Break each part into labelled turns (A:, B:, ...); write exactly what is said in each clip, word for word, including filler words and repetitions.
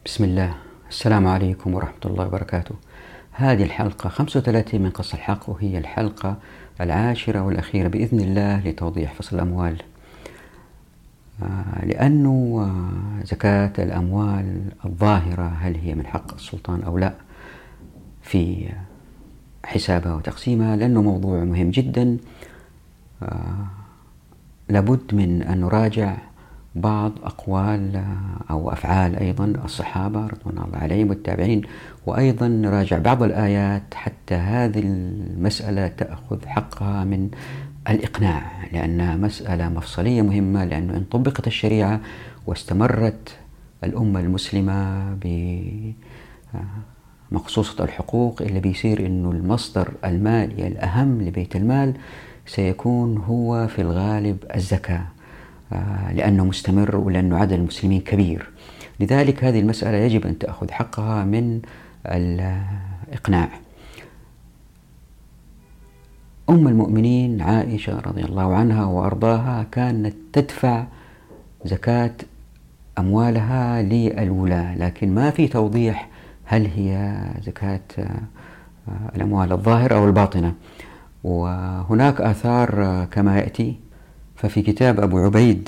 A: بسم الله. السلام عليكم ورحمة الله وبركاته. هذه الحلقة خمسة وثلاثين من قص الحق، وهي الحلقة العاشرة والأخيرة بإذن الله لتوضيح فصل الأموال، آه لأنه آه زكاة الأموال الظاهرة هل هي من حق السلطان أو لا في حسابها وتقسيمها، لأنه موضوع مهم جدا. آه لابد من أن نراجع بعض أقوال أو أفعال أيضا الصحابة رضوان الله عليهم والتابعين، وأيضا نراجع بعض الآيات حتى هذه المسألة تأخذ حقها من الإقناع، لأنها مسألة مفصلية مهمة. لأنه إن طبقت الشريعة واستمرت الأمة المسلمة بمقصوصة الحقوق، اللي بيصير إنه المصدر المالي الأهم لبيت المال سيكون هو في الغالب الزكاة، لأنه مستمر ولأنه عدد المسلمين كبير. لذلك هذه المسألة يجب أن تأخذ حقها من الإقناع. أم المؤمنين عائشة رضي الله عنها وأرضاها كانت تدفع زكاة أموالها للولاة، لكن ما في توضيح هل هي زكاة الأموال الظاهرة أو الباطنة. وهناك آثار كما يأتي. ففي كتاب أبو عبيد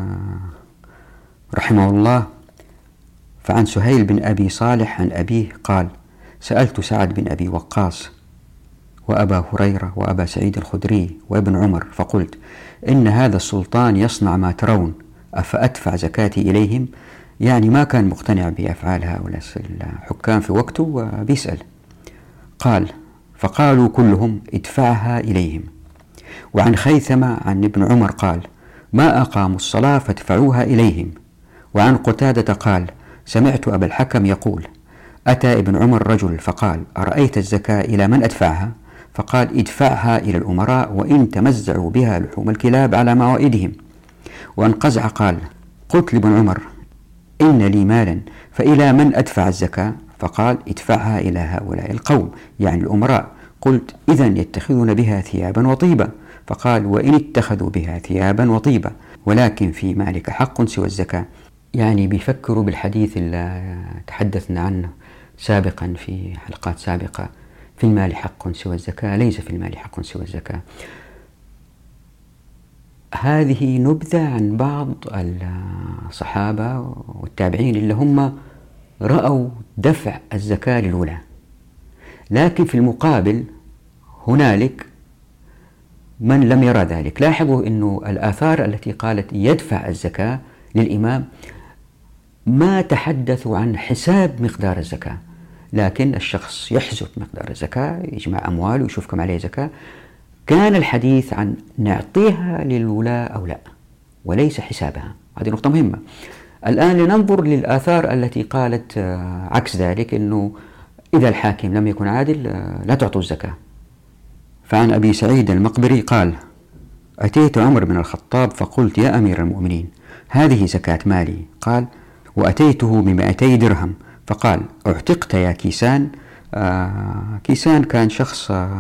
A: رحمه الله، فعن سهيل بن أبي صالح عن أبيه قال: سألت سعد بن أبي وقاص وأبا هريرة وأبا سعيد الخدري وابن عمر فقلت: إن هذا السلطان يصنع ما ترون، أفأدفع زكاتي إليهم؟ يعني ما كان مقتنع بأفعال هؤلاء الحكام في وقته وبيسأل. قال: فقالوا كلهم: ادفعها إليهم. وعن خيثمة عن ابن عمر قال: ما أقاموا الصلاة فادفعوها إليهم. وعن قتادة قال: سمعت أبا الحكم يقول: أتى ابن عمر رجل فقال: أرأيت الزكاة إلى من أدفعها؟ فقال: ادفعها إلى الأمراء وإن تمزعوا بها لحوم الكلاب على موائدهم. وعن قزع قال: قلت لابن عمر: إن لي مالا فإلى من أدفع الزكاة؟ فقال: ادفعها إلى هؤلاء القوم، يعني الأمراء. قلت: إذن يتخذون بها ثيابا وطيبا؟ فقال: وإن اتخذوا بها ثيابا وطيبا، ولكن في مالك حق سوى الزكاة. يعني بيفكروا بالحديث اللي تحدثنا عنه سابقا في حلقات سابقة: في المال حق سوى الزكاة، ليس في المال حق سوى الزكاة. هذه نبذة عن بعض الصحابة والتابعين اللي هم رأوا دفع الزكاة للولاة، لكن في المقابل هنالك من لم يرى ذلك. لاحظوا أنه الآثار التي قالت يدفع الزكاة للإمام ما تحدثوا عن حساب مقدار الزكاة، لكن الشخص يحسب مقدار الزكاة، يجمع أموال ويشوف كم عليه زكاة. كان الحديث عن نعطيها للولاة أو لا، وليس حسابها. هذه نقطة مهمة. الآن لننظر للآثار التي قالت عكس ذلك، أنه إذا الحاكم لم يكن عادل لا تعطوا الزكاة. فعن أبي سعيد المقبري قال: أتيت عمر بن الخطاب فقلت: يا أمير المؤمنين، هذه زكاة مالي. قال: وأتيته بمائتي درهم. فقال: اعتقت يا كيسان؟ آه كيسان كان شخص آه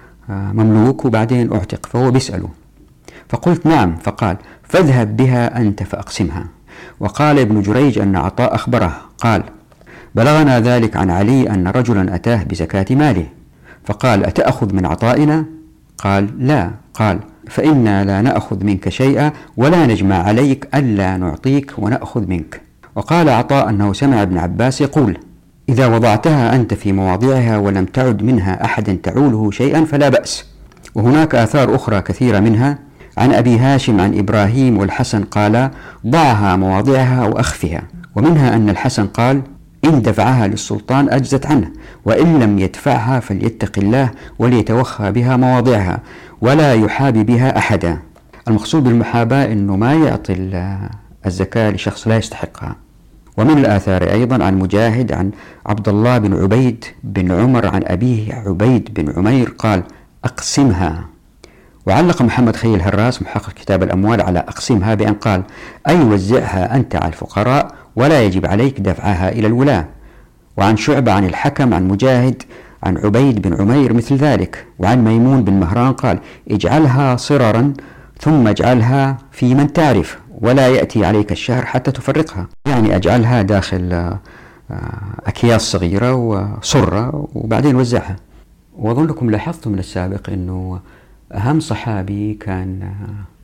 A: مملوك وبعدين اعتق، فهو بيسأله. فقلت: نعم. فقال: فاذهب بها أنت فأقسمها. وقال ابن جريج أن عطاء أخبره قال: بلغنا ذلك عن علي أن رجلا أتاه بزكاة ماله، فقال: أتأخذ من عطائنا؟ قال: لا. قال: فإنا لا نأخذ منك شيئا ولا نجمع عليك ألا نعطيك ونأخذ منك. وقال عطاء أنه سمع ابن عباس يقول: إذا وضعتها أنت في مواضعها ولم تعد منها أحد تعوله شيئا فلا بأس. وهناك آثار أخرى كثيرة، منها عن أبي هاشم عن إبراهيم والحسن قال: ضعها مواضعها وأخفها. ومنها أن الحسن قال: إن دفعها للسلطان أجزت عنه، وإن لم يدفعها فليتق الله وليتوخى بها مواضعها ولا يحابي بها أحدا. المقصود بالمحاباة أنه ما يعطي الزكاة لشخص لا يستحقها. ومن الآثار أيضا عن مجاهد عن عبد الله بن عبيد بن عمر عن أبيه عبيد بن عمير قال: أقسمها. وعلق محمد خليل هراس محقق كتاب الأموال على أقسمها بأن قال: أي وزعها أنت على الفقراء ولا يجب عليك دفعها إلى الولاة. وعن شعبة عن الحكم عن مجاهد عن عبيد بن عمير مثل ذلك. وعن ميمون بن مهران قال: اجعلها صررا ثم اجعلها في من تعرف ولا يأتي عليك الشهر حتى تفرقها، يعني أجعلها داخل أكياس صغيرة وصرة وبعدين وزعها. وأظنكم لاحظتم من السابق أنه أهم صحابي كان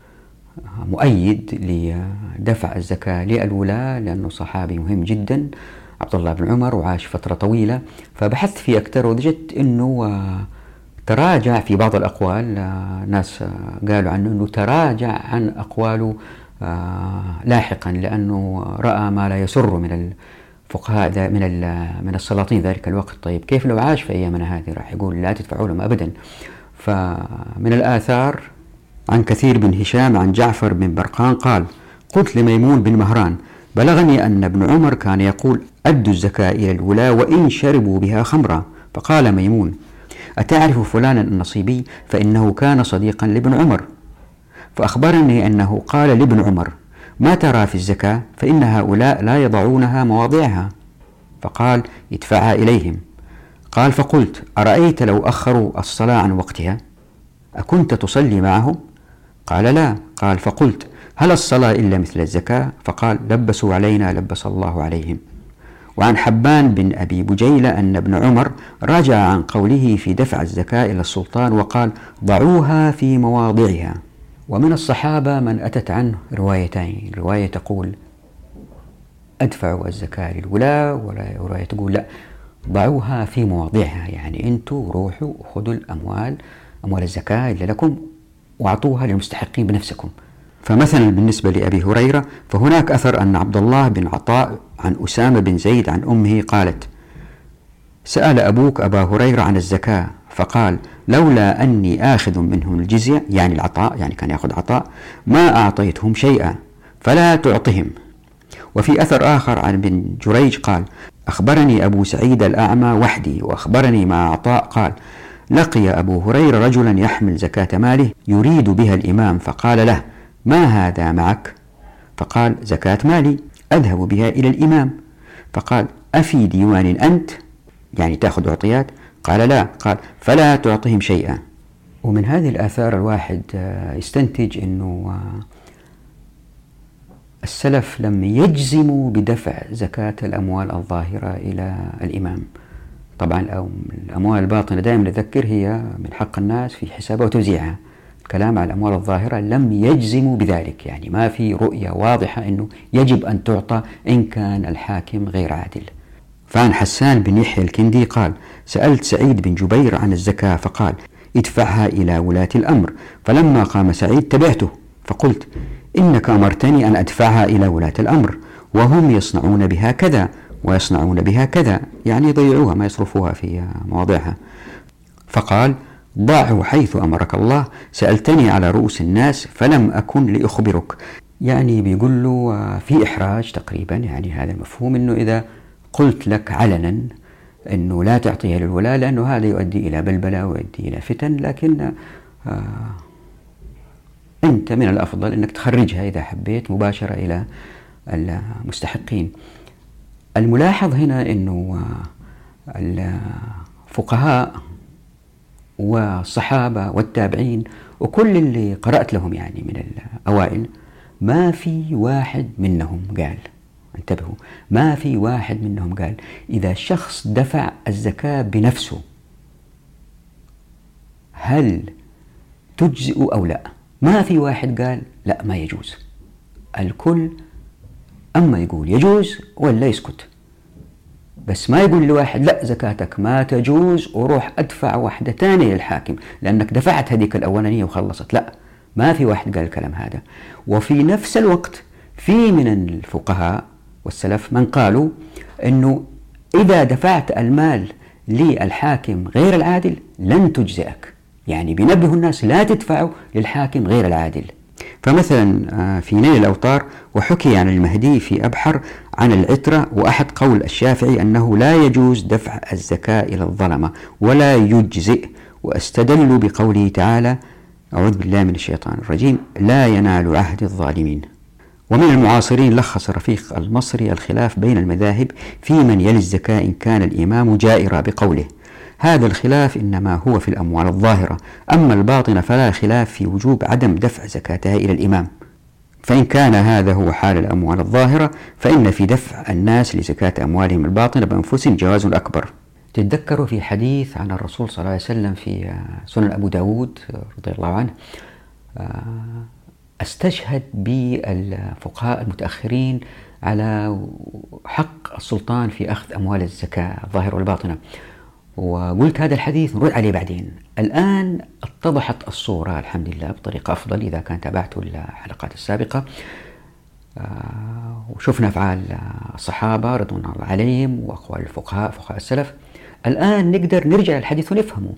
A: مؤيد لدفع الزكاة للولاة، لأنه صحابي مهم جدا، عبد الله بن عمر، وعاش فترة طويلة. فبحثت فيه أكثر ووجدت أنه تراجع في بعض الأقوال، ناس قالوا عنه أنه تراجع عن أقواله لاحقا، لأنه رأى ما لا يسر من الفقهاء من من السلاطين ذلك الوقت. طيب كيف لو عاش في أيامنا هذه؟ راح يقول لا تدفعوا لهم أبدا. فمن الآثار عن كثير بن هشام عن جعفر بن برقان قال: قلت لميمون بن مهران: بلغني أن ابن عمر كان يقول: أدوا الزكاة إلى الولاة وإن شربوا بها خمرا. فقال ميمون: أتعرف فلانا النصيبي؟ فإنه كان صديقا لابن عمر. فأخبرني أنه قال لابن عمر: ما ترى في الزكاة؟ فإن هؤلاء لا يضعونها مواضعها. فقال: ادفعها إليهم. قال: فقلت: أرأيت لو أخروا الصلاة عن وقتها أكنت تصلي معهم؟ قال: لا. قال: فقلت: هل الصلاة إلا مثل الزكاة؟ فقال: لبسوا علينا لبس الله عليهم. وعن حبان بن أبي بجيلة أن ابن عمر رجع عن قوله في دفع الزكاة إلى السلطان وقال: ضعوها في مواضعها. ومن الصحابة من أتت عنه روايتين، رواية تقول أدفعوا الزكاة للولاة، ورواية تقول لا، ضعوها في مواضعها، يعني أنتوا روحوا خذوا الأموال أموال الزكاة اللي لكم وأعطوها للمستحقين بنفسكم. فمثلا بالنسبة لأبي هريرة فهناك أثر أن عبد الله بن عطاء عن أسامة بن زيد عن أمه قالت: سأل أبوك أبا هريرة عن الزكاة فقال: لولا أني آخذ منهم الجزية، يعني العطاء، يعني كان يأخذ عطاء، ما أعطيتهم شيئا فلا تعطهم. وفي أثر آخر عن بن جريج قال: أخبرني أبو سعيد الأعمى وحدي، وأخبرني مع عطاء قال: لقي أبو هريرة رجلا يحمل زكاة ماله يريد بها الإمام، فقال له: ما هذا معك؟ فقال: زكاة مالي أذهب بها إلى الإمام. فقال: أفي ديوان أنت؟ يعني تأخذ عطيات؟ قال: لا. قال: فلا تعطهم شيئا. ومن هذه الآثار الواحد يستنتج أنه السلف لم يجزموا بدفع زكاة الأموال الظاهرة إلى الإمام. طبعا الأموال الباطنة دائما نذكر هي من حق الناس في حسابها وتوزيعها. الكلام على الأموال الظاهرة لم يجزموا بذلك، يعني ما في رؤية واضحة أنه يجب أن تعطى إن كان الحاكم غير عادل. فعن حسان بن يحيى الكندي قال: سألت سعيد بن جبير عن الزكاة فقال: ادفعها إلى ولاة الأمر. فلما قام سعيد تبعته فقلت: إنك أمرتني أن أدفعها إلى ولاة الأمر وهم يصنعون بها كذا ويصنعون بها كذا، يعني يضيعوها ما يصرفوها في مواضعها. فقال: ضعه حيث أمرك الله، سألتني على رؤوس الناس فلم أكن لأخبرك. يعني بيقول له في إحراج تقريبا، يعني هذا المفهوم أنه إذا قلت لك علنا أنه لا تعطيها للولاة لأنه هذا يؤدي إلى بلبلة ويؤدي إلى فتن، لكن آه أنت من الأفضل أنك تخرجها إذا حبيت مباشرة إلى المستحقين. الملاحظ هنا أنه الفقهاء والصحابة والتابعين وكل اللي قرأت لهم يعني من الأوائل ما في واحد منهم قال، انتبهوا، ما في واحد منهم قال إذا شخص دفع الزكاة بنفسه هل تجزئ أو لا. ما في واحد قال لا ما يجوز. الكل أما يقول يجوز ولا يسكت، بس ما يقول لواحد لا زكاتك ما تجوز وروح أدفع واحدة تانية للحاكم لأنك دفعت هذيك الأولانية وخلصت. لا، ما في واحد قال الكلام هذا. وفي نفس الوقت في من الفقهاء والسلف من قالوا أنه إذا دفعت المال للحاكم غير العادل لن تجزئك، يعني بينبهوا الناس لا تدفعوا للحاكم غير العادل. فمثلا في نيل الأوطار: وحكي عن المهدي في أبحر عن العترة وأحد قول الشافعي أنه لا يجوز دفع الزكاة إلى الظلمة ولا يجزئ، واستدلوا بقوله تعالى: أعوذ بالله من الشيطان الرجيم: لا ينال عهد الظالمين. ومن المعاصرين لخص رفيق المصري الخلاف بين المذاهب في من يلي الزكاة إن كان الإمام جائرا بقوله: هذا الخلاف إنما هو في الأموال الظاهرة، أما الباطنة فلا خلاف في وجوب عدم دفع زكاتها إلى الإمام. فإن كان هذا هو حال الأموال الظاهرة فإن في دفع الناس لزكاة أموالهم الباطنة بأنفسهم جواز أكبر. تتذكروا في حديث عن الرسول صلى الله عليه وسلم في سنن أبو داود رضي الله عنه، استشهد بالفقهاء المتأخرين على حق السلطان في أخذ أموال الزكاة الظاهرة والباطنة، وقلت هذا الحديث نرد عليه بعدين. الآن اتضحت الصورة الحمد لله بطريقة أفضل إذا كان تابعتوا الحلقات السابقة، وشفنا أفعال الصحابة رضوان الله عليهم وأقوال الفقهاء فقهاء السلف. الآن نقدر نرجع للحديث ونفهمه.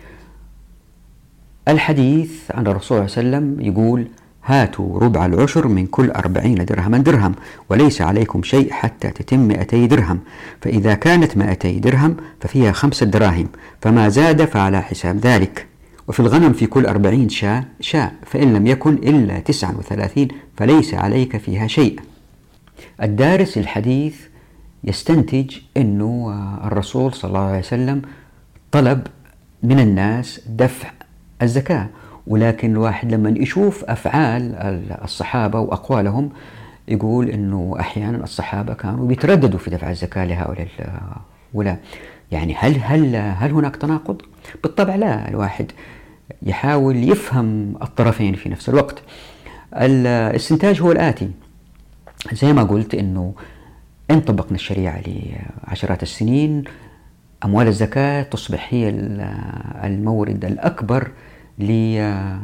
A: الحديث عن الرسول صلى الله عليه وسلم يقول: هاتوا ربع العشر من كل أربعين درهما درهم، وليس عليكم شيء حتى تتم مئتي درهم، فإذا كانت مئتي درهم ففيها خمسة دراهم، فما زاد فعلى حساب ذلك. وفي الغنم في كل أربعين شاة شاة، فإن لم يكن إلا تسعة وثلاثين فليس عليك فيها شيء. الدارس الحديث يستنتج أنه الرسول صلى الله عليه وسلم طلب من الناس دفع الزكاة، ولكن الواحد لما يشوف أفعال الصحابة وأقوالهم يقول أنه أحيانا الصحابة كانوا بيترددوا في دفع الزكاة لهؤلاء ولا يعني هل هل هل هناك تناقض؟ بالطبع لا. الواحد يحاول يفهم الطرفين في نفس الوقت. الاستنتاج هو الآتي: زي ما قلت أنه إن طبقنا الشريعة لعشرات السنين أموال الزكاة تصبح هي المورد الأكبر لبيت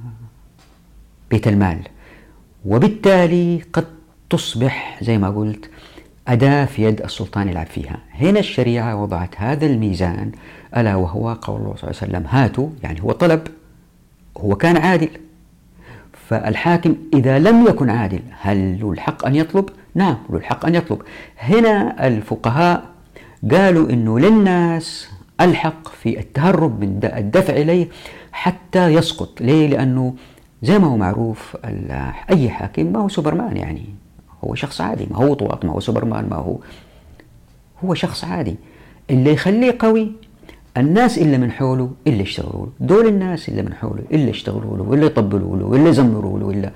A: المال، وبالتالي قد تصبح زي ما قلت أداة في يد السلطان يلعب فيها. هنا الشريعة وضعت هذا الميزان، ألا وهو قول الله صلى الله عليه وسلم: هاتوا، يعني هو طلب، هو كان عادل. فالحاكم إذا لم يكن عادل هل له الحق أن يطلب؟ نعم له الحق أن يطلب. هنا الفقهاء قالوا إنه للناس الحق في التهرب من الدفع إليه حتى يسقط. ليه؟ لأنه زي ما هو معروف أي حاكم ما هو سوبرمان، يعني هو شخص عادي، ما هو طواط، ما هو سوبرمان، ما هو هو شخص عادي. اللي يخليه قوي الناس اللي من حوله اللي يشتغلوا له، دول الناس اللي من حوله اللي يشتغلوا له واللي يطبلوا له واللي يزمروا له واللي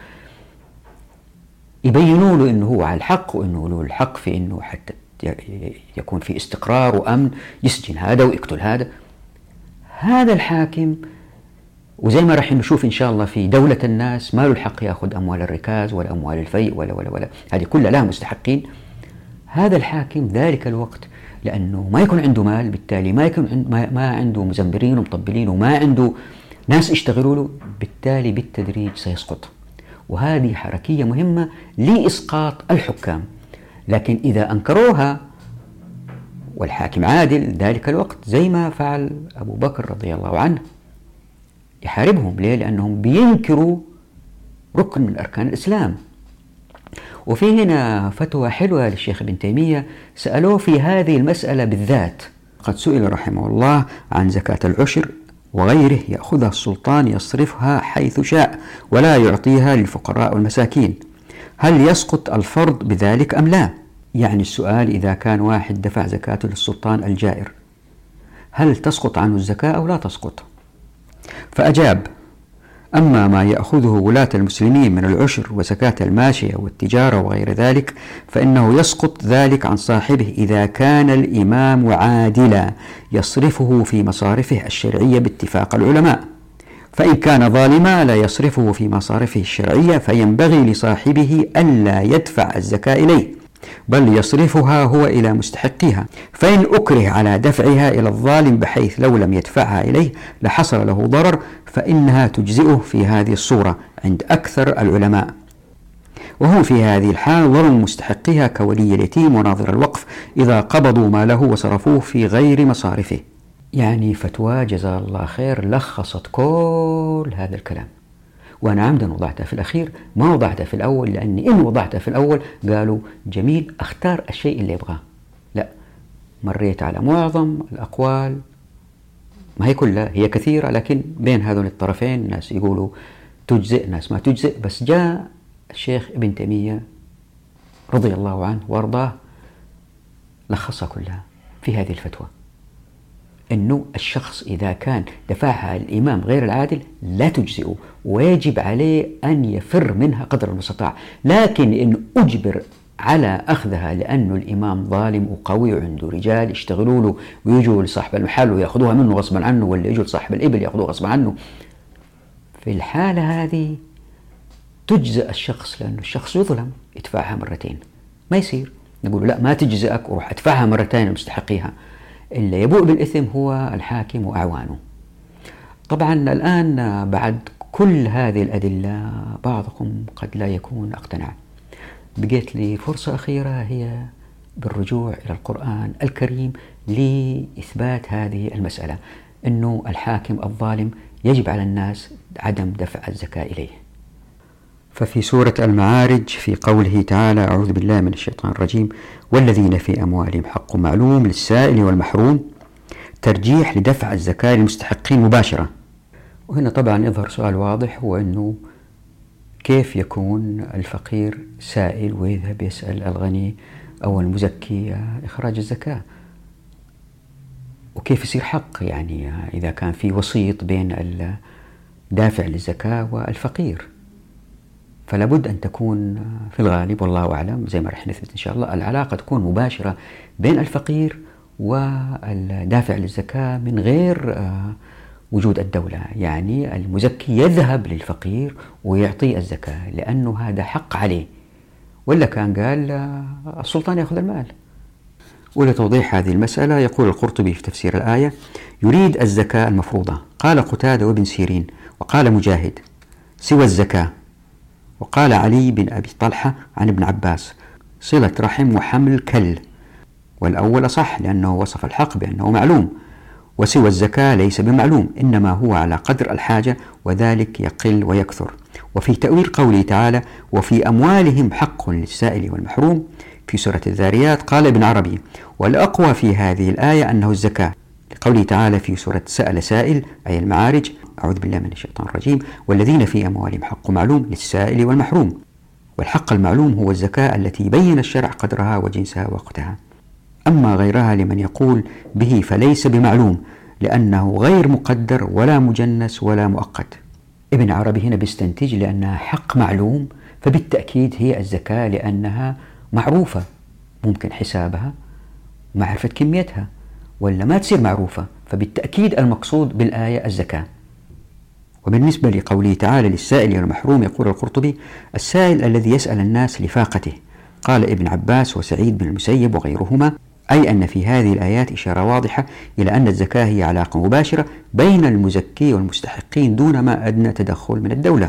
A: يبينوا له إنه هو على الحق وإنه له الحق في إنه حتى يكون في استقرار وأمن، يسجن هذا ويقتل هذا. هذا الحاكم، وزي ما راح نشوف إن شاء الله في دولة الناس، ما له الحق يأخذ أموال الركاز ولا أموال الفيء ولا ولا ولا هذه كلها لها مستحقين. هذا الحاكم ذلك الوقت لأنه ما يكون عنده مال، بالتالي ما يكون عند ما, ما عنده مزمبرين ومطبلين وما عنده ناس يشتغلوا له، بالتالي بالتدريج سيسقط. وهذه حركية مهمة لإسقاط الحكام. لكن إذا أنكروها والحاكم عادل ذلك الوقت زي ما فعل أبو بكر رضي الله عنه يحاربهم. ليه؟ لأنهم بينكروا ركن من أركان الإسلام. وفي هنا فتوى حلوة للشيخ ابن تيمية، سألوه في هذه المسألة بالذات. قد سئل رحمه الله عن زكاة العشر وغيره يأخذها السلطان يصرفها حيث شاء ولا يعطيها للفقراء والمساكين، هل يسقط الفرض بذلك أم لا؟ يعني السؤال إذا كان واحد دفع زكاته للسلطان الجائر هل تسقط عنه الزكاة أو لا تسقط؟ فأجاب: أما ما يأخذه ولاة المسلمين من العشر وزكاة الماشية والتجارة وغير ذلك فإنه يسقط ذلك عن صاحبه إذا كان الإمام عادلا يصرفه في مصارفه الشرعية باتفاق العلماء، فإن كان ظالما لا يصرفه في مصارفه الشرعية فينبغي لصاحبه ألا يدفع الزكاة إليه بل يصرفها هو إلى مستحقها، فإن أكره على دفعها إلى الظالم بحيث لو لم يدفعها إليه لحصل له ضرر فإنها تجزئه في هذه الصورة عند أكثر العلماء، وهم في هذه الحال ظلم مستحقها كولي اليتيم وناظر الوقف إذا قبضوا ماله وصرفوه في غير مصارفه. يعني فتوى جزاه الله خير لخصت كل هذا الكلام، وأنا عمدا وضعتها في الأخير، ما وضعتها في الأول لأني إن وضعتها في الأول قالوا جميل أختار الشيء اللي يبغاه. لا، مريت على معظم الأقوال، ما هي كلها، هي كثيرة، لكن بين هذول الطرفين ناس يقولوا تجزئ ناس ما تجزئ. بس جاء الشيخ ابن تيمية رضي الله عنه وارضاه لخصها كلها في هذه الفتوى. أنه الشخص إذا كان دفعها الإمام غير العادل لا تجزئه، ويجب عليه أن يفر منها قدر المستطاع. لكن إن أجبر على أخذها لأنه الإمام ظالم وقوي وعنده رجال يشتغلوا له ويجوا لصاحب المحل ويأخذوها منه غصبا عنه، ولا يجوا لصاحب الإبل يأخذوها غصبا عنه، في الحالة هذه تجزئ الشخص، لأنه الشخص يظلم يدفعها مرتين. ما يصير نقول لا ما تجزئك وروح ادفعها مرتين لمستحقيها. اللي يبوء بالإثم هو الحاكم وأعوانه. طبعا الآن بعد كل هذه الأدلة بعضكم قد لا يكون اقتنع. بقيت لي فرصة أخيرة هي بالرجوع إلى القرآن الكريم لإثبات هذه المسألة، أنه الحاكم الظالم يجب على الناس عدم دفع الزكاة إليه. ففي سورة المعارج في قوله تعالى: أعوذ بالله من الشيطان الرجيم: والذين في أموالهم حق معلوم للسائل والمحروم، ترجيح لدفع الزكاة للمستحقين مباشرة. وهنا طبعا يظهر سؤال واضح، هو أنه كيف يكون الفقير سائل ويذهب يسأل الغني أو المزكي إخراج الزكاة؟ وكيف يصير حق يعني إذا كان في وسيط بين الدافع للزكاة والفقير؟ فلا بد أن تكون في الغالب والله أعلم زي ما رح نثبت إن شاء الله العلاقة تكون مباشرة بين الفقير والدافع للزكاة من غير وجود الدولة. يعني المزكي يذهب للفقير ويعطي الزكاة لأنه هذا حق عليه، ولا كان قال السلطان يأخذ المال. ولتوضيح هذه المسألة يقول القرطبي في تفسير الآية: يريد الزكاة المفروضة. قال قتادة وابن سيرين وقال مجاهد: سوى الزكاة. وقال علي بن أبي طلحة عن ابن عباس: صلة رحم وحمل كل. والأول صح لأنه وصف الحق بأنه معلوم، وسوى الزكاة ليس بمعلوم، إنما هو على قدر الحاجة وذلك يقل ويكثر. وفي تأويل قوله تعالى: وفي أموالهم حق للسائل والمحروم في سورة الذاريات، قال ابن عربي: والأقوى في هذه الآية أنه الزكاة، لقوله تعالى في سورة سأل سائل أي المعارج: أعوذ بالله من الشيطان الرجيم: والذين في أموالهم حق معلوم للسائل والمحروم. والحق المعلوم هو الزكاة التي بين الشرع قدرها وجنسها ووقتها. أما غيرها لمن يقول به فليس بمعلوم، لأنه غير مقدر ولا مجنس ولا مؤقت. ابن عربي هنا بيستنتج لأنها حق معلوم فبالتأكيد هي الزكاة، لأنها معروفة ممكن حسابها ومعرفة كميتها، ولا ما تصير معروفة فبالتأكيد المقصود بالآية الزكاة. وبالنسبة لقوله تعالى للسائل والمحروم يقول القرطبي: السائل الذي يسأل الناس لفاقته. قال ابن عباس وسعيد بن المسيب وغيرهما: أي أن في هذه الآيات إشارة واضحة إلى أن الزكاة هي علاقة مباشرة بين المزكي والمستحقين دون ما أدنى تدخل من الدولة.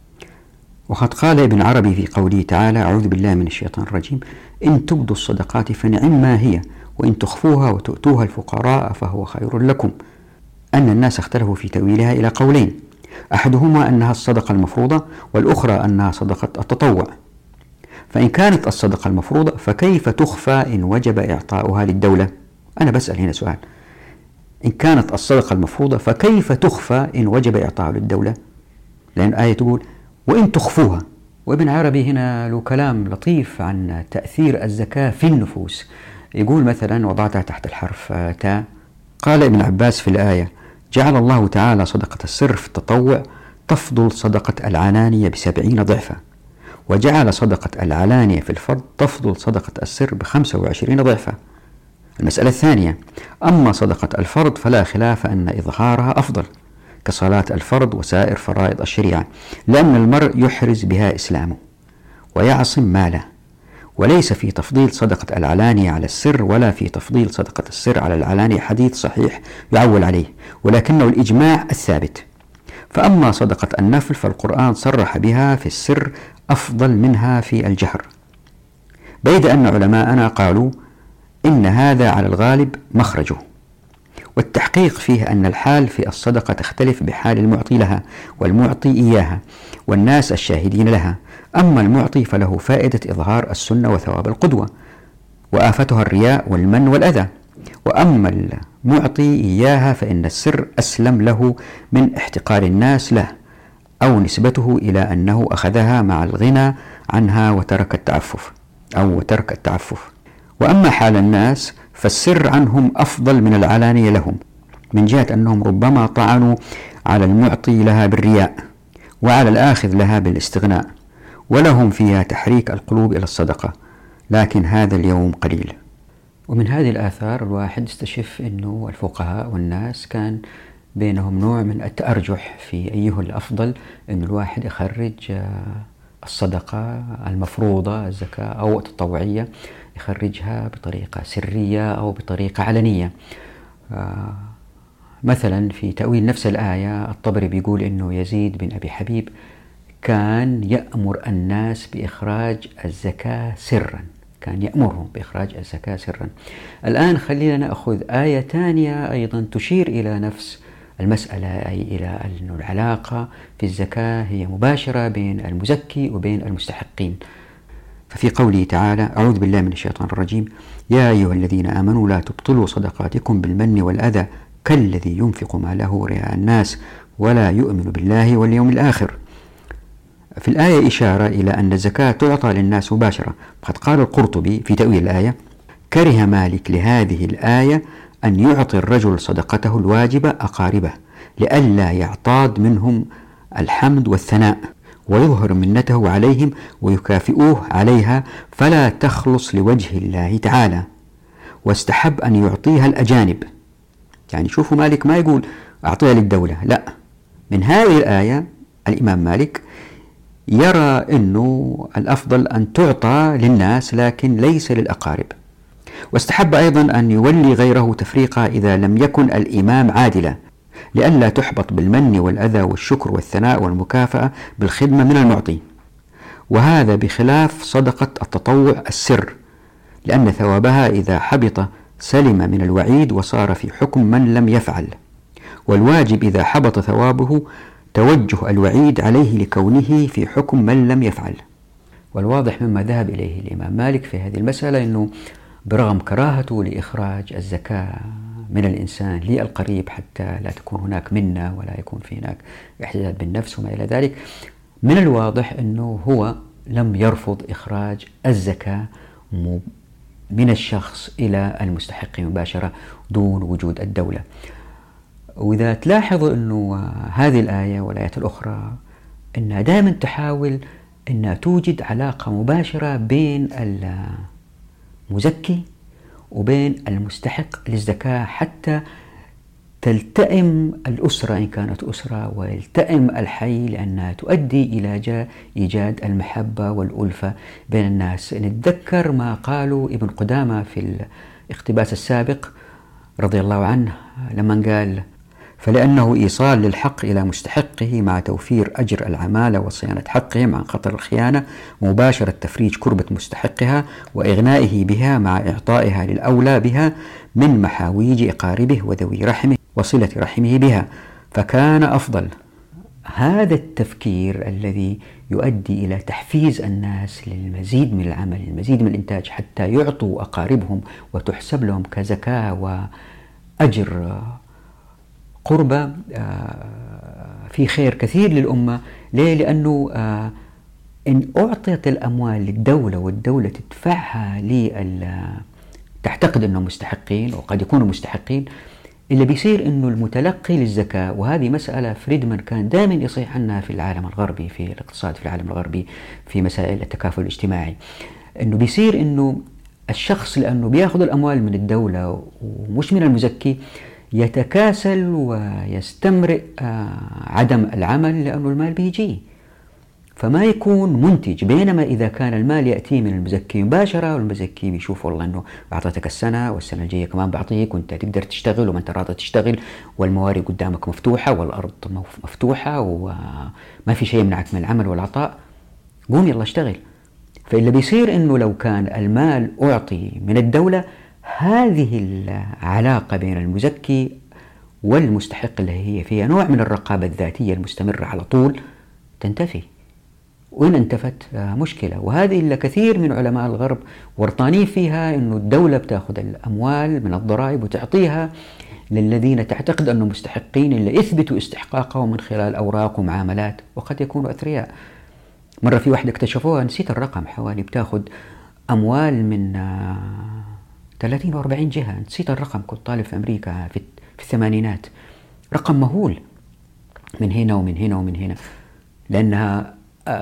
A: وقد قال ابن عربي في قوله تعالى: أعوذ بالله من الشيطان الرجيم: إن تبدوا الصدقات فنعم ما هي، وإن تخفوها وتؤتوها الفقراء فهو خير لكم، أن الناس اختلفوا في تأويلها إلى قولين، أحدهما أنها الصدقة المفروضة، والأخرى أنها صدقة التطوع. فإن كانت الصدقة المفروضة فكيف تخفى إن وجب إعطاؤها للدولة؟ أنا بسأل هنا سؤال، إن كانت الصدقة المفروضة فكيف تخفى إن وجب إعطاؤها للدولة؟ لأن الآية تقول: وإن تخفوها. وابن عربي هنا له كلام لطيف عن تأثير الزكاة في النفوس، يقول مثلا وضعتها تحت الحرف تاء: قال ابن عباس في الآية: جعل الله تعالى صدقة السر في التطوع تفضل صدقة العلانية بسبعين ضعفا، وجعل صدقة العلانية في الفرض تفضل صدقة السر بخمسة وعشرين ضعفا. المسألة الثانية: أما صدقة الفرض فلا خلاف أن إظهارها أفضل كصلاة الفرض وسائر فرائض الشريعة، لأن المرء يحرز بها إسلامه ويعصم ماله، وليس في تفضيل صدقة العلانية على السر ولا في تفضيل صدقة السر على العلانية حديث صحيح يعول عليه، ولكنه الإجماع الثابت. فأما صدقة النفل فالقرآن صرح بها في السر أفضل منها في الجهر، بيد أن علماءنا قالوا إن هذا على الغالب مخرجه، والتحقيق فيه أن الحال في الصدقة تختلف بحال المعطي لها والمعطي إياها والناس الشاهدين لها. أما المعطي فله فائدة إظهار السنة وثواب القدوة، وآفتها الرياء والمن والأذى، وأما المعطي إياها فإن السر أسلم له من احتقار الناس له أو نسبته إلى أنه أخذها مع الغنى عنها وترك التعفف أو وترك التعفف. وأما حال الناس فالسر عنهم أفضل من العلانية لهم، من جهة أنهم ربما طعنوا على المعطي لها بالرياء وعلى الآخذ لها بالاستغناء، ولهم فيها تحريك القلوب إلى الصدقة، لكن هذا اليوم قليل. ومن هذه الآثار الواحد استشف أنه الفقهاء والناس كان بينهم نوع من التأرجح في أيه الأفضل، أن الواحد يخرج الصدقة المفروضة الزكاة أو التطوعية يخرجها بطريقة سرية أو بطريقة علنية. آه مثلا في تأويل نفس الآية الطبري بيقول أنه يزيد بن أبي حبيب كان يأمر الناس بإخراج الزكاة سرا، كان يأمرهم بإخراج الزكاة سرا. الآن خلينا نأخذ آية ثانية أيضا تشير إلى نفس المسألة، أي إلى أن العلاقة في الزكاة هي مباشرة بين المزكي وبين المستحقين. ففي قوله تعالى: أعوذ بالله من الشيطان الرجيم: يا أيها الذين آمنوا لا تبطلوا صدقاتكم بالمن والأذى كالذي ينفق ماله رئاء الناس ولا يؤمن بالله واليوم الآخر. في الآية إشارة إلى أن الزكاة تعطى للناس مباشرة. قد قال القرطبي في تأويل الآية: كره مالك لهذه الآية أن يعطي الرجل صدقته الواجبة أقاربه لئلا يعتاض منهم الحمد والثناء ويظهر منته عليهم ويكافئوه عليها فلا تخلص لوجه الله تعالى، واستحب أن يعطيها الأجانب. يعني شوفوا مالك ما يقول أعطيها للدولة، لا، من هذه الآية الإمام مالك يرى أنه الأفضل أن تعطى للناس لكن ليس للأقارب. واستحب أيضا أن يولي غيره تفريقا إذا لم يكن الإمام عادلا لئلا تحبط بالمن والأذى والشكر والثناء والمكافأة بالخدمة من المعطي، وهذا بخلاف صدقة التطوع السر، لأن ثوابها إذا حبط سلم من الوعيد وصار في حكم من لم يفعل، والواجب إذا حبط ثوابه توجه الوعيد عليه لكونه في حكم من لم يفعل. والواضح مما ذهب إليه الإمام مالك في هذه المسألة أنه برغم كراهته لإخراج الزكاة من الإنسان للقريب حتى لا تكون هناك منة ولا يكون في هناك إحساس بالنفس وما إلى ذلك، من الواضح أنه هو لم يرفض إخراج الزكاة من الشخص إلى المستحق مباشرة دون وجود الدولة. وإذا تلاحظوا أنه هذه الآية والآيات الأخرى أنها دائما تحاول أنها توجد علاقة مباشرة بين المزكي وبين المستحق للزكاة حتى تلتئم الأسرة إن كانت أسرة ويلتئم الحي، لأنها تؤدي إلى إيجاد المحبة والألفة بين الناس. نتذكر ما قالوا ابن قدامة في الاقتباس السابق رضي الله عنه لما قال: فلأنه إيصال للحق إلى مستحقه مع توفير أجر العمالة وصيانة حقهم عن خطر الخيانة، مباشرة تفريج كربة مستحقها وإغنائه بها مع إعطائها للأولى بها من محاويج أقاربه وذوي رحمه وصلة رحمه بها، فكان أفضل. هذا التفكير الذي يؤدي إلى تحفيز الناس للمزيد من العمل، المزيد من الإنتاج حتى يعطوا أقاربهم وتحسب لهم كزكاة وأجر قربة في خير كثير للأمة. ليه؟ لأنه إن أعطيت الأموال للدولة والدولة تدفعها لل تعتقد أنهم مستحقين وقد يكونوا مستحقين، اللي بيصير أنه المتلقي للزكاة، وهذه مسألة فريدمان كان دائما يصيح عنها في العالم الغربي، في الاقتصاد في العالم الغربي، في مسائل التكافل الاجتماعي، أنه بيصير أنه الشخص لأنه بياخذ الأموال من الدولة ومش من المزكي يتكاسل ويستمرئ عدم العمل لأنه المال بيجي فما يكون منتج. بينما إذا كان المال يأتي من المزكي مباشرة والمزكي بيشوف والله أنه أعطيتك السنة والسنة الجاية كمان بعطيك وأنت تقدر تشتغل وما أنت راضي تشتغل والموارد قدامك مفتوحة والأرض مفتوحة وما في شيء يمنعك من العمل والعطاء، قوم يلا اشتغل. فإلا بيصير أنه لو كان المال أعطي من الدولة، هذه العلاقة بين المزكي والمستحق اللي هي فيها نوع من الرقابة الذاتية المستمرة على طول تنتفي، وإن انتفت مشكلة. وهذه اللي كثير من علماء الغرب ورطانين فيها، أنه الدولة بتأخذ الأموال من الضرائب وتعطيها للذين تعتقد أنهم مستحقين اللي يثبتوا استحقاقهم من خلال أوراق ومعاملات وقد يكونوا أثرياء. مرة في واحدة اكتشفوها، نسيت الرقم، حوالي بتاخذ أموال من ثلاثين أو أربعين جهة، نسيت الرقم، كنت طالب في أمريكا في في الثمانينات، رقم مهول من هنا ومن هنا ومن هنا، لأنها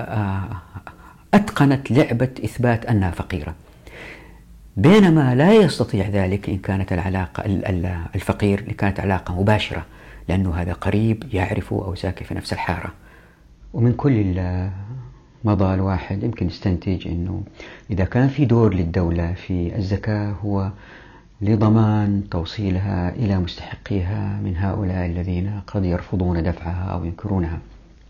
A: أتقنت لعبة إثبات أنها فقيرة، بينما لا يستطيع ذلك إن كانت العلاقة الفقير إن كانت علاقة مباشرة، لأنه هذا قريب يعرفه أو ساكن في نفس الحارة. ومن كل مضى الواحد يمكن يستنتج أنه إذا كان في دور للدولة في الزكاة هو لضمان توصيلها إلى مستحقيها من هؤلاء الذين قد يرفضون دفعها أو ينكرونها.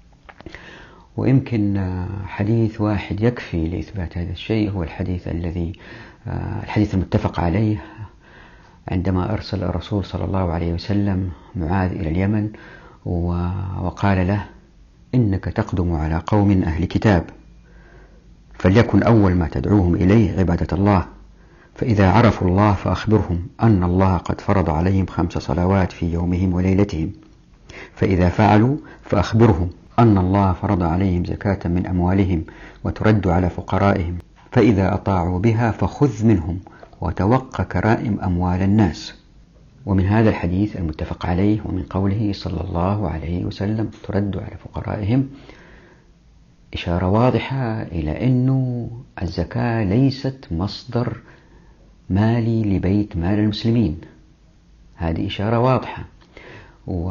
A: ويمكن حديث واحد يكفي لإثبات هذا الشيء، هو الحديث الذي الحديث المتفق عليه عندما أرسل الرسول صلى الله عليه وسلم معاذ إلى اليمن وقال له: إنك تقدم على قوم أهل كتاب، فليكن أول ما تدعوهم إليه عبادة الله، فإذا عرفوا الله فأخبرهم أن الله قد فرض عليهم خمس صلوات في يومهم وليلتهم، فإذا فعلوا فأخبرهم أن الله فرض عليهم زكاة من أموالهم وترد على فقرائهم، فإذا أطاعوا بها فخذ منهم وتوق كرائم أموال الناس. ومن هذا الحديث المتفق عليه ومن قوله صلى الله عليه وسلم ترد على فقرائهم إشارة واضحة إلى أن الزكاة ليست مصدر مالي لبيت مال المسلمين. هذه إشارة واضحة، و...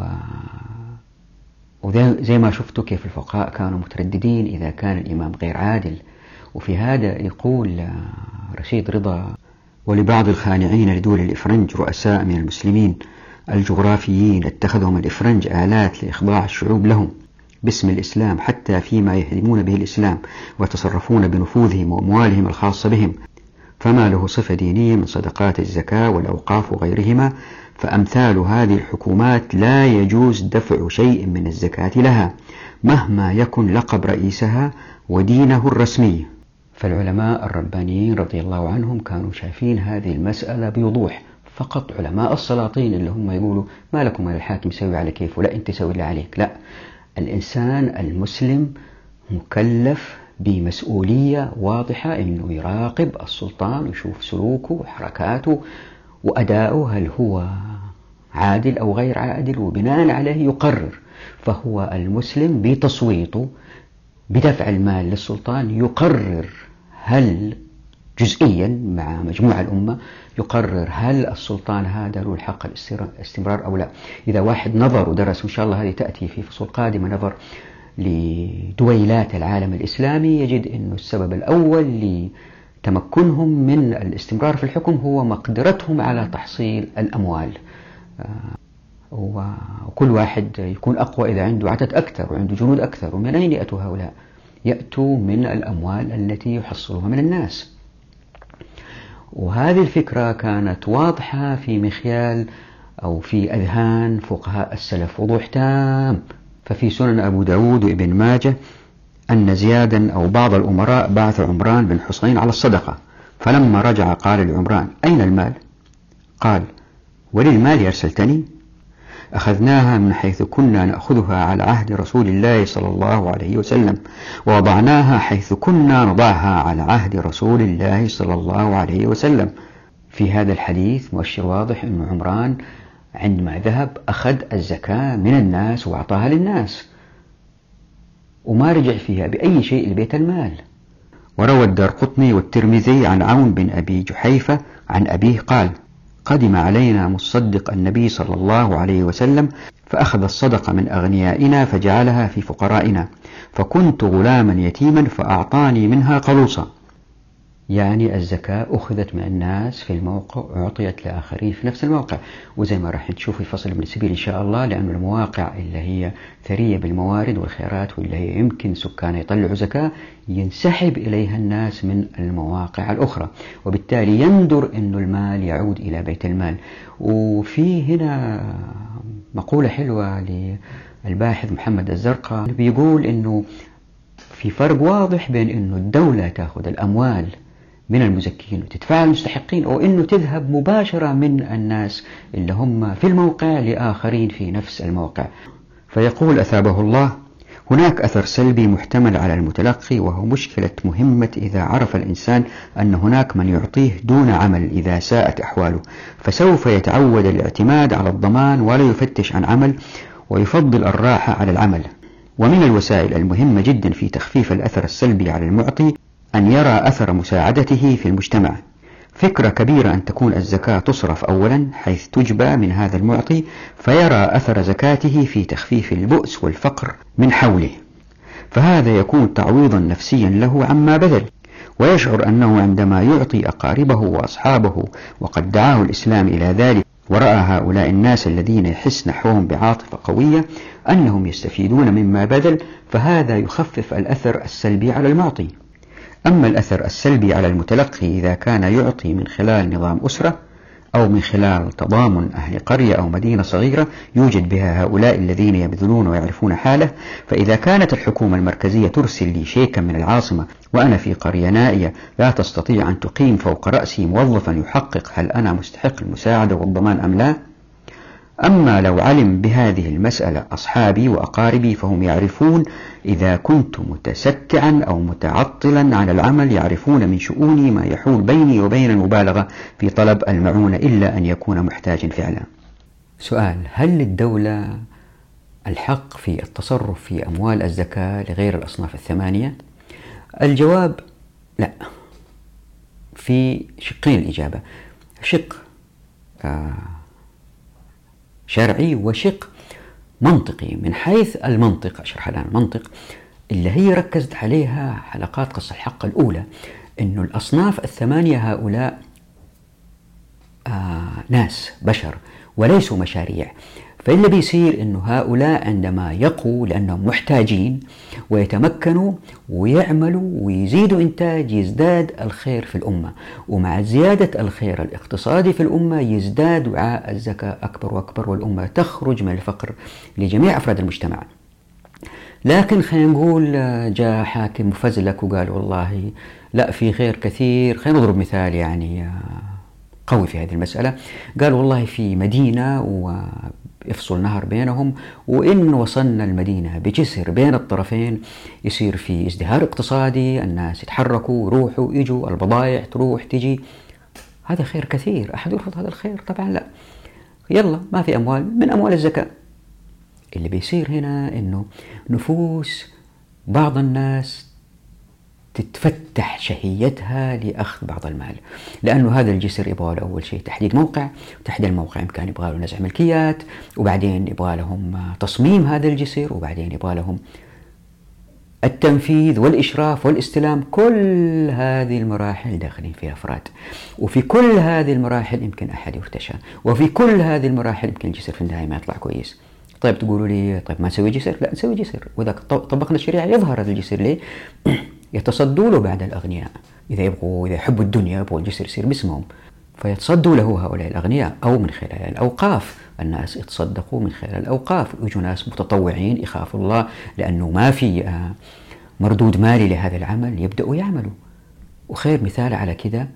A: وزي ما شفتوا كيف الفقهاء كانوا مترددين إذا كان الإمام غير عادل. وفي هذا يقول رشيد رضا: ولبعض الخانعين لدول الإفرنج رؤساء من المسلمين الجغرافيين اتخذهم الإفرنج آلات لإخضاع الشعوب لهم باسم الإسلام، حتى فيما يهدمون به الإسلام ويتصرفون بنفوذهم وأموالهم الخاصة بهم، فما له صفة دينية من صدقات الزكاة والأوقاف وغيرهما، فأمثال هذه الحكومات لا يجوز دفع شيء من الزكاة لها مهما يكن لقب رئيسها ودينه الرسمي. فالعلماء الربانيين رضي الله عنهم كانوا شايفين هذه المسألة بوضوح. فقط علماء السلاطين اللي هم يقولوا ما لكم من الحاكم يسوي على كيف ولا أنت تسوي اللي عليك، لا، الإنسان المسلم مكلف بمسؤولية واضحة أنه يراقب السلطان ويشوف سلوكه وحركاته وأداؤه هل هو عادل أو غير عادل، وبناء عليه يقرر. فهو المسلم بتصويته بدفع المال للسلطان يقرر هل جزئيا مع مجموع الأمة يقرر هل السلطان هذا له الحق الاستمرار أو لا. إذا واحد نظر ودرس، وإن شاء الله هذه تأتي في فصول قادمة، نظر لدويلات العالم الإسلامي، يجد أن السبب الأول لتمكنهم من الاستمرار في الحكم هو مقدرتهم على تحصيل الأموال، وكل واحد يكون أقوى إذا عنده عدد أكثر وعنده جنود أكثر. ومن أين يأتوا هؤلاء؟ يأتوا من الأموال التي يحصلها من الناس. وهذه الفكرة كانت واضحة في مخيال أو في أذهان فقهاء السلف وضوح تام. ففي سنن أبو داود وابن ماجه أن زيادا أو بعض الأمراء بعث عمران بن حصين على الصدقة، فلما رجع قال لعمران: أين المال؟ قال: وللمال أرسلتني؟ أخذناها من حيث كنا نأخذها على عهد رسول الله صلى الله عليه وسلم، ووضعناها حيث كنا نضعها على عهد رسول الله صلى الله عليه وسلم. في هذا الحديث مؤشر واضح أن عمران عندما ذهب أخذ الزكاة من الناس وأعطاها للناس وما رجع فيها بأي شيء لبيت المال. وروى الدارقطني والترمذي عن عون بن أبي جحيفة عن أبيه قال: قدم علينا مصدق النبي صلى الله عليه وسلم فأخذ الصدقة من أغنيائنا فجعلها في فقرائنا، فكنت غلاما يتيما فأعطاني منها قلوصا. يعني الزكاة أخذت من الناس في الموقع وأعطيت لآخرين في نفس الموقع. وزي ما راح نشوف في فصل ابن سبيل إن شاء الله، لأن المواقع اللي هي ثرية بالموارد والخيرات واللي هي يمكن سكان يطلعوا زكاة ينسحب إليها الناس من المواقع الأخرى، وبالتالي يندر أن المال يعود إلى بيت المال. وفي هنا مقولة حلوة للباحث محمد الزرقاء بيقول أنه في فرق واضح بين أنه الدولة تأخذ الأموال من المزكين وتدفع المستحقين، أو أنه تذهب مباشرة من الناس اللي هم في الموقع لآخرين في نفس الموقع. فيقول أثابه الله: هناك أثر سلبي محتمل على المتلقي، وهو مشكلة مهمة إذا عرف الإنسان أن هناك من يعطيه دون عمل إذا ساءت أحواله، فسوف يتعود الاعتماد على الضمان ولا يفتش عن عمل، ويفضل الراحة على العمل. ومن الوسائل المهمة جدا في تخفيف الأثر السلبي على المعطي أن يرى أثر مساعدته في المجتمع. فكرة كبيرة أن تكون الزكاة تصرف أولا حيث تجبى من هذا المعطي، فيرى أثر زكاته في تخفيف البؤس والفقر من حوله، فهذا يكون تعويضا نفسيا له عما بذل، ويشعر أنه عندما يعطي أقاربه وأصحابه، وقد دعاه الإسلام إلى ذلك ورأى هؤلاء الناس الذين يحس نحوهم بعاطفة قوية أنهم يستفيدون مما بذل، فهذا يخفف الأثر السلبي على المعطي. أما الأثر السلبي على المتلقي إذا كان يعطي من خلال نظام أسرة أو من خلال تضامن أهل قرية أو مدينة صغيرة يوجد بها هؤلاء الذين يبذلون ويعرفون حاله، فإذا كانت الحكومة المركزية ترسل لي شيكا من العاصمة وأنا في قرية نائية لا تستطيع أن تقيم فوق رأسي موظفا يحقق هل أنا مستحق المساعدة والضمان أم لا. أما لو علم بهذه المسألة أصحابي وأقاربي فهم يعرفون إذا كنت متستعا أو متعطلا على العمل، يعرفون من شؤوني ما يحول بيني وبين المبالغة في طلب المعونة إلا أن يكون محتاجا فعلا. سؤال: هل للدولة الحق في التصرف في أموال الزكاة لغير الأصناف الثمانية؟ الجواب لا، في شقين الإجابة، شق آه شرعي وشق منطقي. من حيث المنطق، أشرح الآن المنطق اللي هي ركزت عليها حلقات قص الحق الأولى، إنه الأصناف الثمانية هؤلاء آه ناس بشر وليسوا مشاريع، فاللي بيصير إنه هؤلاء عندما يقوا لأنهم محتاجين ويتمكنوا ويعملوا ويزيدوا إنتاج يزداد الخير في الأمة، ومع زيادة الخير الاقتصادي في الأمة يزداد وعاء الزكاة أكبر وأكبر، والأمة تخرج من الفقر لجميع أفراد المجتمع. لكن خلينا نقول جاء حاكم مفزلك وقال والله لا في خير كثير، خلينا نضرب مثال يعني قوي في هذه المسألة، قال والله في مدينة ويفصل نهر بينهم، وإن وصلنا المدينة بجسر بين الطرفين يصير في ازدهار اقتصادي، الناس يتحركوا يروحوا يجوا، البضائع تروح تجي، هذا خير كثير. أحد يرفض هذا الخير؟ طبعا لا. يلا ما في أموال من أموال الزكاة. اللي بيصير هنا إنه نفوس بعض الناس تتفتح شهيتها لأخذ بعض المال، لأنه هذا الجسر يبغى له أول شيء تحديد موقع، وتحديد الموقع إمكان يبغى له نزع ملكيات، وبعدين يبغى لهم تصميم هذا الجسر، وبعدين يبغى لهم التنفيذ والإشراف والاستلام. كل هذه المراحل داخلين فيها أفراد، وفي كل هذه المراحل يمكن أحد يرتشى، وفي كل هذه المراحل يمكن الجسر في النهاية ما يطلع كويس. طيب تقولوا لي طيب ما نسوي جسر؟ لا نسوي جسر، وإذا طبقنا الشريعة يظهر هذا الجسر ليه؟ يتصدوا له بعد الأغنياء، إذا يبغوا إذا يحبوا الدنيا يبغوا الجسر يصير باسمهم فيتصدوا له هؤلاء الأغنياء، أو من خلال الأوقاف الناس يتصدقوا من خلال الأوقاف، ويجوا ناس متطوعين يخافوا الله لأنه ما في مردود مالي لهذا العمل يبدأوا يعملوا. وخير مثال على كده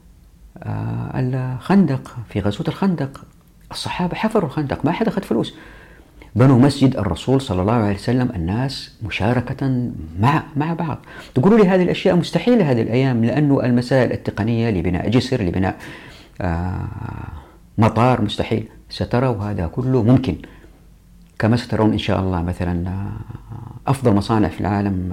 A: الخندق، في غزوة الخندق الصحابة حفروا الخندق ما حد أخذ فلوس، بنوا مسجد الرسول صلى الله عليه وسلم، الناس مشاركة مع مع بعض. تقولوا لي هذه الأشياء مستحيلة هذه الأيام، لأنه المسائل التقنية لبناء جسر لبناء آه مطار مستحيل. ستروا هذا كله ممكن، كما سترون إن شاء الله مثلا أفضل مصانع في العالم،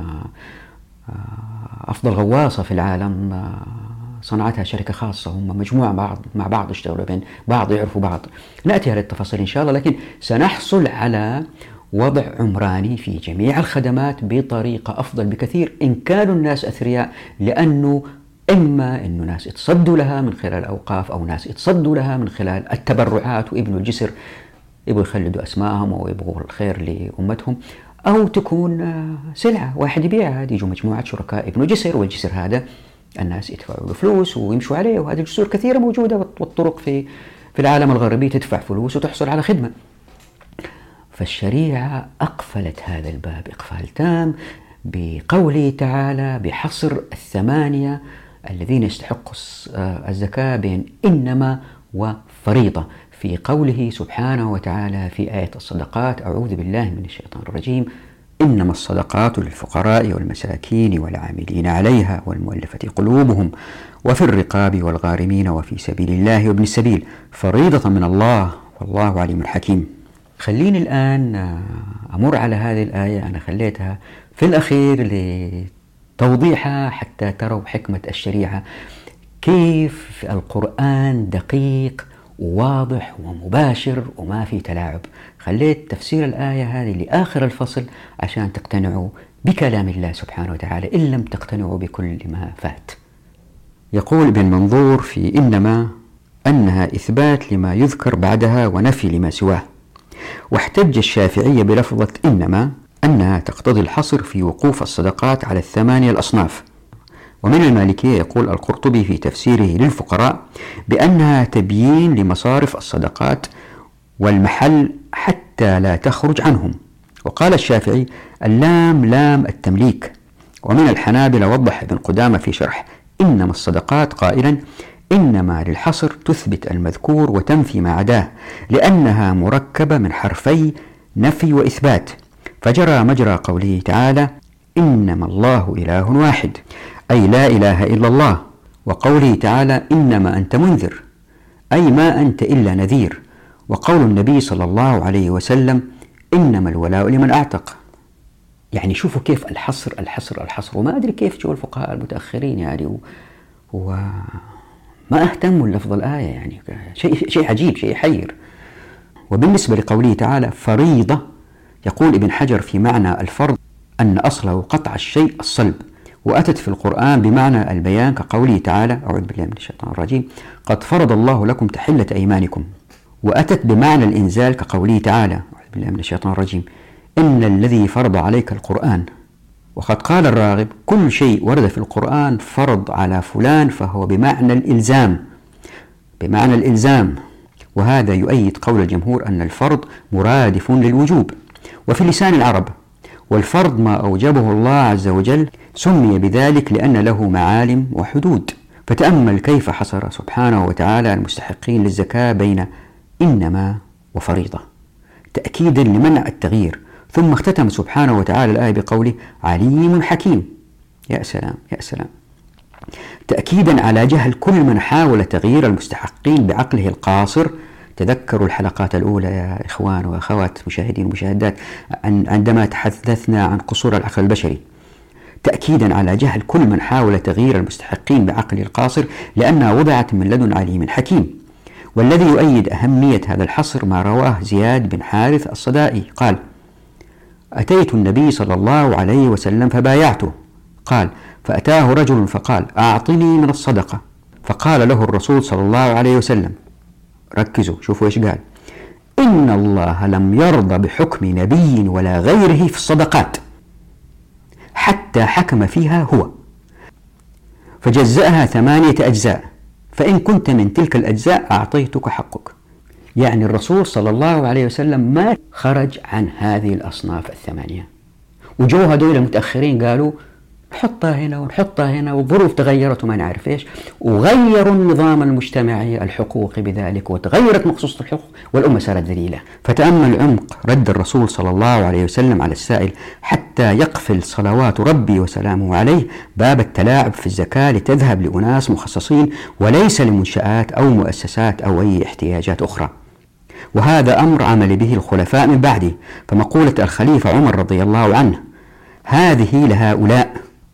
A: أفضل غواصة في العالم صنعتها شركة خاصة، هم مجموعة بعض مع بعض يشتغلوا بين بعض يعرفوا بعض. نأتي على التفاصيل إن شاء الله، لكن سنحصل على وضع عمراني في جميع الخدمات بطريقة أفضل بكثير إن كانوا الناس أثرياء، لأنه إما أنه ناس يتصدوا لها من خلال الأوقاف، أو ناس يتصدوا لها من خلال التبرعات ويبنوا الجسر، يبغوا يخلدوا أسمائهم أو يبغوا الخير لأمتهم، أو تكون سلعة واحد يبيعها، يجوا مجموعة شركاء يبنوا جسر، والجسر هذا الناس يدفعوا له فلوس ويمشوا عليه. وهذه الجسور كثيرة موجودة، والطرق في في العالم الغربي تدفع فلوس وتحصل على خدمة. فالشريعة أقفلت هذا الباب إقفال تام بقوله تعالى بحصر الثمانية الذين يستحقوا الزكاة بين إنما وفريضة، في قوله سبحانه وتعالى في آية الصدقات: أعوذ بالله من الشيطان الرجيم، إنما الصدقات للفقراء والمساكين والعاملين عليها والمؤلفة قلوبهم وفي الرقاب والغارمين وفي سبيل الله وابن السبيل فريضة من الله والله عليم حكيم. خليني الآن أمر على هذه الآية، أنا خليتها في الأخير لتوضيحها حتى تروا حكمة الشريعة، كيف القرآن دقيق وواضح ومباشر وما في تلاعب. خليت تفسير الآية هذه لآخر الفصل عشان تقتنعوا بكلام الله سبحانه وتعالى إن لم تقتنعوا بكل ما فات. يقول ابن منظور في إنما أنها إثبات لما يذكر بعدها ونفي لما سواه، واحتج الشافعية بلفظة إنما أنها تقتضي الحصر في وقوف الصدقات على الثمانية الأصناف. ومن المالكية يقول القرطبي في تفسيره للفقراء بأنها تبيين لمصارف الصدقات والمحل حتى لا تخرج عنهم. وقال الشافعي اللام لام التمليك. ومن الحنابلة وضح ابن قدامة في شرح إنما الصدقات قائلا إنما للحصر تثبت المذكور وتنفي ما عداه، لأنها مركبة من حرفي نفي وإثبات، فجرى مجرى قوله تعالى إنما الله إله واحد أي لا إله إلا الله، وقوله تعالى إنما أنت منذر أي ما أنت إلا نذير، وقول النبي صلى الله عليه وسلم إنما الولاء لمن أعتق. يعني شوفوا كيف الحصر الحصر الحصر، وما أدري كيف جو الفقهاء المتأخرين يعني وما اهتموا للفظ الآية، يعني شيء شيء عجيب شيء يحير. وبالنسبة لقوله تعالى فريضة، يقول ابن حجر في معنى الفرض أن أصله قطع الشيء الصلب، وأتت في القرآن بمعنى البيان كقوله تعالى أعوذ بالله من الشيطان الرجيم قد فرض الله لكم تحلة أيمانكم، وأتت بمعنى الإنزال كقوله تعالى أعوذ بالله من الشيطان الرجيم إن الذي فرض عليك القرآن. وقد قال الراغب كل شيء ورد في القرآن فرض على فلان فهو بمعنى الإلزام بمعنى الإلزام وهذا يؤيد قول الجمهور أن الفرض مرادف للوجوب. وفي لسان العرب والفرض ما أوجبه الله عز وجل سمي بذلك لأن له معالم وحدود. فتأمل كيف حصر سبحانه وتعالى المستحقين للزكاة بين إنما وفريضة تأكيدا لمنع التغيير، ثم اختتم سبحانه وتعالى الآية بقوله عليم حكيم. يا سلام يا سلام، تأكيدا على جهل كل من حاول تغيير المستحقين بعقله القاصر. تذكروا الحلقات الأولى يا إخوان وأخوات مشاهدين ومشاهدات عندما تحدثنا عن قصور العقل البشري، تأكيدا على جهل كل من حاول تغيير المستحقين بعقله القاصر لأنها وضعت من لدن عليم حكيم. والذي يؤيد أهمية هذا الحصر ما رواه زياد بن حارث الصدائي قال أتيت النبي صلى الله عليه وسلم فبايعته، قال فأتاه رجل فقال أعطني من الصدقة، فقال له الرسول صلى الله عليه وسلم ركزوا شوفوا إيش قال إن الله لم يرضى بحكم نبي ولا غيره في الصدقات حتى حكم فيها هو، فجزأها ثمانية أجزاء، فإن كنت من تلك الأجزاء أعطيتك حقك. يعني الرسول صلى الله عليه وسلم ما خرج عن هذه الأصناف الثمانية، وجو هذول المتأخرين قالوا نحطها هنا ونحطها هنا والظروف تغيرت وما نعرف إيش، وغيروا النظام المجتمعي الحقوقي بذلك وتغيرت مقصوصة الحقوق والأمة صارت ذليلة. فتأمل عمق رد الرسول صلى الله عليه وسلم على السائل حتى يقفل صلوات ربي وسلامه عليه باب التلاعب في الزكاة لتذهب لأناس مخصصين وليس لمنشآت أو مؤسسات أو أي احتياجات أخرى. وهذا أمر عمل به الخلفاء من بعده، فمقولة الخليفة عمر رضي الله عنه هذه لهؤلاء،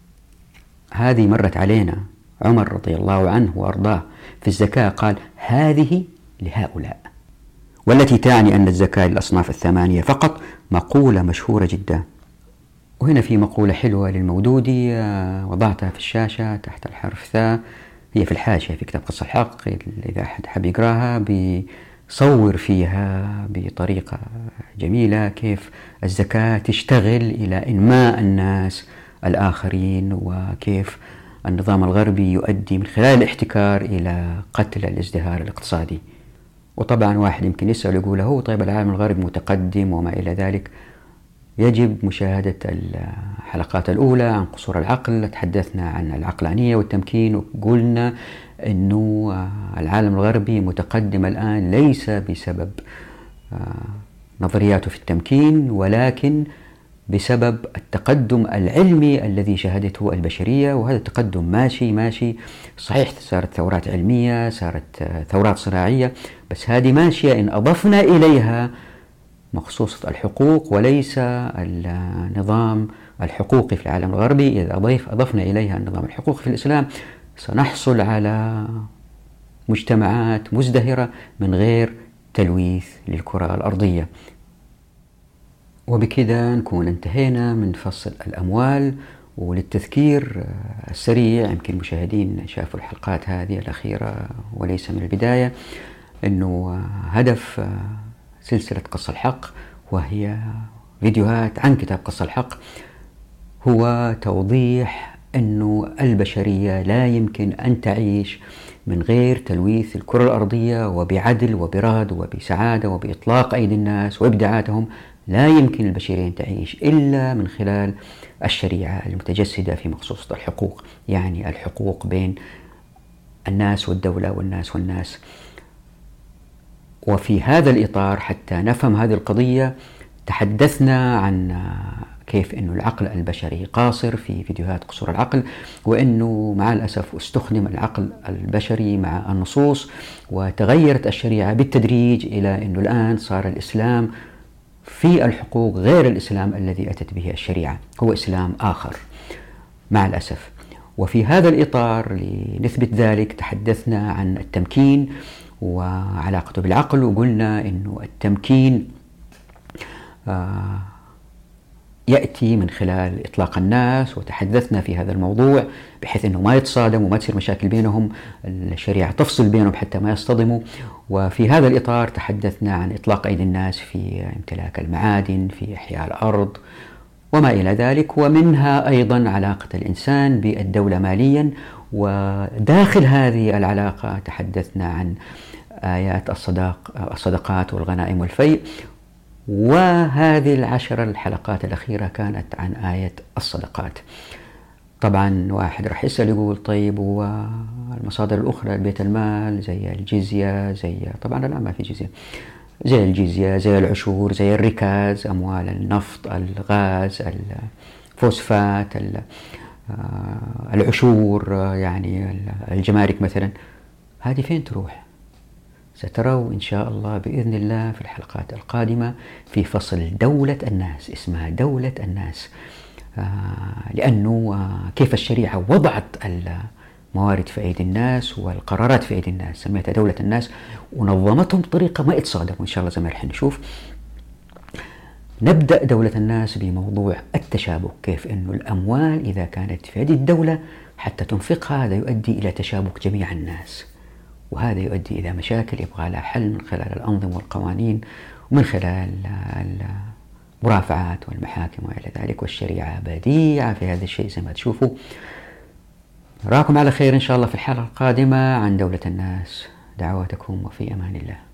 A: هذه مرت علينا عمر رضي الله عنه وأرضاه في الزكاة قال هذه لهؤلاء، والتي تعني أن الزكاة للأصناف الثمانية فقط، مقولة مشهورة جدا. وهنا في مقولة حلوة للمودودي وضعتها في الشاشة تحت الحرف ثاء، هي في الحاشية في كتاب قصة الحق، إذا أحد حب يقراها بيصور فيها بطريقة جميلة كيف الزكاة تشتغل إلى إنماء الناس الآخرين، وكيف النظام الغربي يؤدي من خلال الاحتكار إلى قتل الازدهار الاقتصادي. وطبعا واحد يمكن يسأل يقول هو طيب العالم الغربي متقدم وما إلى ذلك. يجب مشاهدة الحلقات الأولى عن قصور العقل، تحدثنا عن العقلانية والتمكين وقلنا أنه العالم الغربي متقدم الآن ليس بسبب نظرياته في التمكين ولكن بسبب التقدم العلمي الذي شهدته البشرية. وهذا التقدم ماشي ماشي صحيح، صارت ثورات علمية، صارت ثورات صناعية، بس هذه ماشية إن أضفنا إليها مخصوصة الحقوق وليس النظام الحقوقي في العالم الغربي. إذا أضيف أضفنا إليها النظام الحقوقي في الإسلام سنحصل على مجتمعات مزدهرة من غير تلويث للكرة الأرضية. وبكذا نكون انتهينا من فصل الأموال. وللتذكير السريع، يمكن المشاهدين شافوا الحلقات هذه الأخيرة وليس من البداية، أنه هدف سلسلة قص الحق، وهي فيديوهات عن كتاب قص الحق، هو توضيح أنه البشرية لا يمكن أن تعيش من غير تلويث الكرة الأرضية، وبعدل وبرغد وبسعادة وبإطلاق أيدي الناس وإبداعاتهم. لا يمكن البشرية أن تعيش إلا من خلال الشريعة المتجسدة في مخصوصة الحقوق، يعني الحقوق بين الناس والدولة والناس والناس. وفي هذا الإطار حتى نفهم هذه القضية تحدثنا عن كيف أنه العقل البشري قاصر في فيديوهات قصور العقل، وأنه مع الأسف استخدم العقل البشري مع النصوص، وتغيرت الشريعة بالتدريج إلى أنه الآن صار الإسلام في الحقوق غير الإسلام الذي أتت به الشريعة، هو إسلام آخر مع الأسف. وفي هذا الإطار لنثبت ذلك تحدثنا عن التمكين وعلاقته بالعقل، وقلنا أنه التمكين آه يأتي من خلال إطلاق الناس، وتحدثنا في هذا الموضوع بحيث أنه ما يتصادموا وما تصير مشاكل بينهم، الشريعة تفصل بينهم حتى ما يصطدموا. وفي هذا الإطار تحدثنا عن إطلاق أيدي الناس في امتلاك المعادن، في إحياء الأرض وما إلى ذلك، ومنها أيضا علاقة الإنسان بالدولة ماليا. وداخل هذه العلاقة تحدثنا عن آيات الصداق الصدقات والغنائم والفيء. وهذه العشر الحلقات الأخيرة كانت عن آية الصدقات. طبعا واحد راح يسأل يقول طيب والمصادر الأخرى بيت المال زي الجزية، زي طبعا الآن ما في جزية، زي الجزية، زي العشور، زي الركاز، أموال النفط، الغاز، الفوسفات، العشور، يعني الجمارك مثلا، هذه فين تروح؟ ستروا إن شاء الله بإذن الله في الحلقات القادمة في فصل دولة الناس، اسمها دولة الناس، آه لأنه آه كيف الشريعة وضعت الموارد في أيدي الناس والقرارات في أيدي الناس، سميتها دولة الناس، ونظمتهم بطريقة ما يتصادموا إن شاء الله زي ما رح نشوف. نبدأ دولة الناس بموضوع التشابك، كيف أنه الأموال إذا كانت في يد الدولة حتى تنفقها هذا يؤدي إلى تشابك جميع الناس، وهذا يؤدي إلى مشاكل يبغى لها حل من خلال الأنظمة والقوانين ومن خلال المرافعات والمحاكم وإلى ذلك. والشريعة بديعة في هذا الشيء زي ما تشوفوا. نراكم على خير إن شاء الله في الحلقة القادمة عن دولة الناس. دعواتكم وفي أمان الله.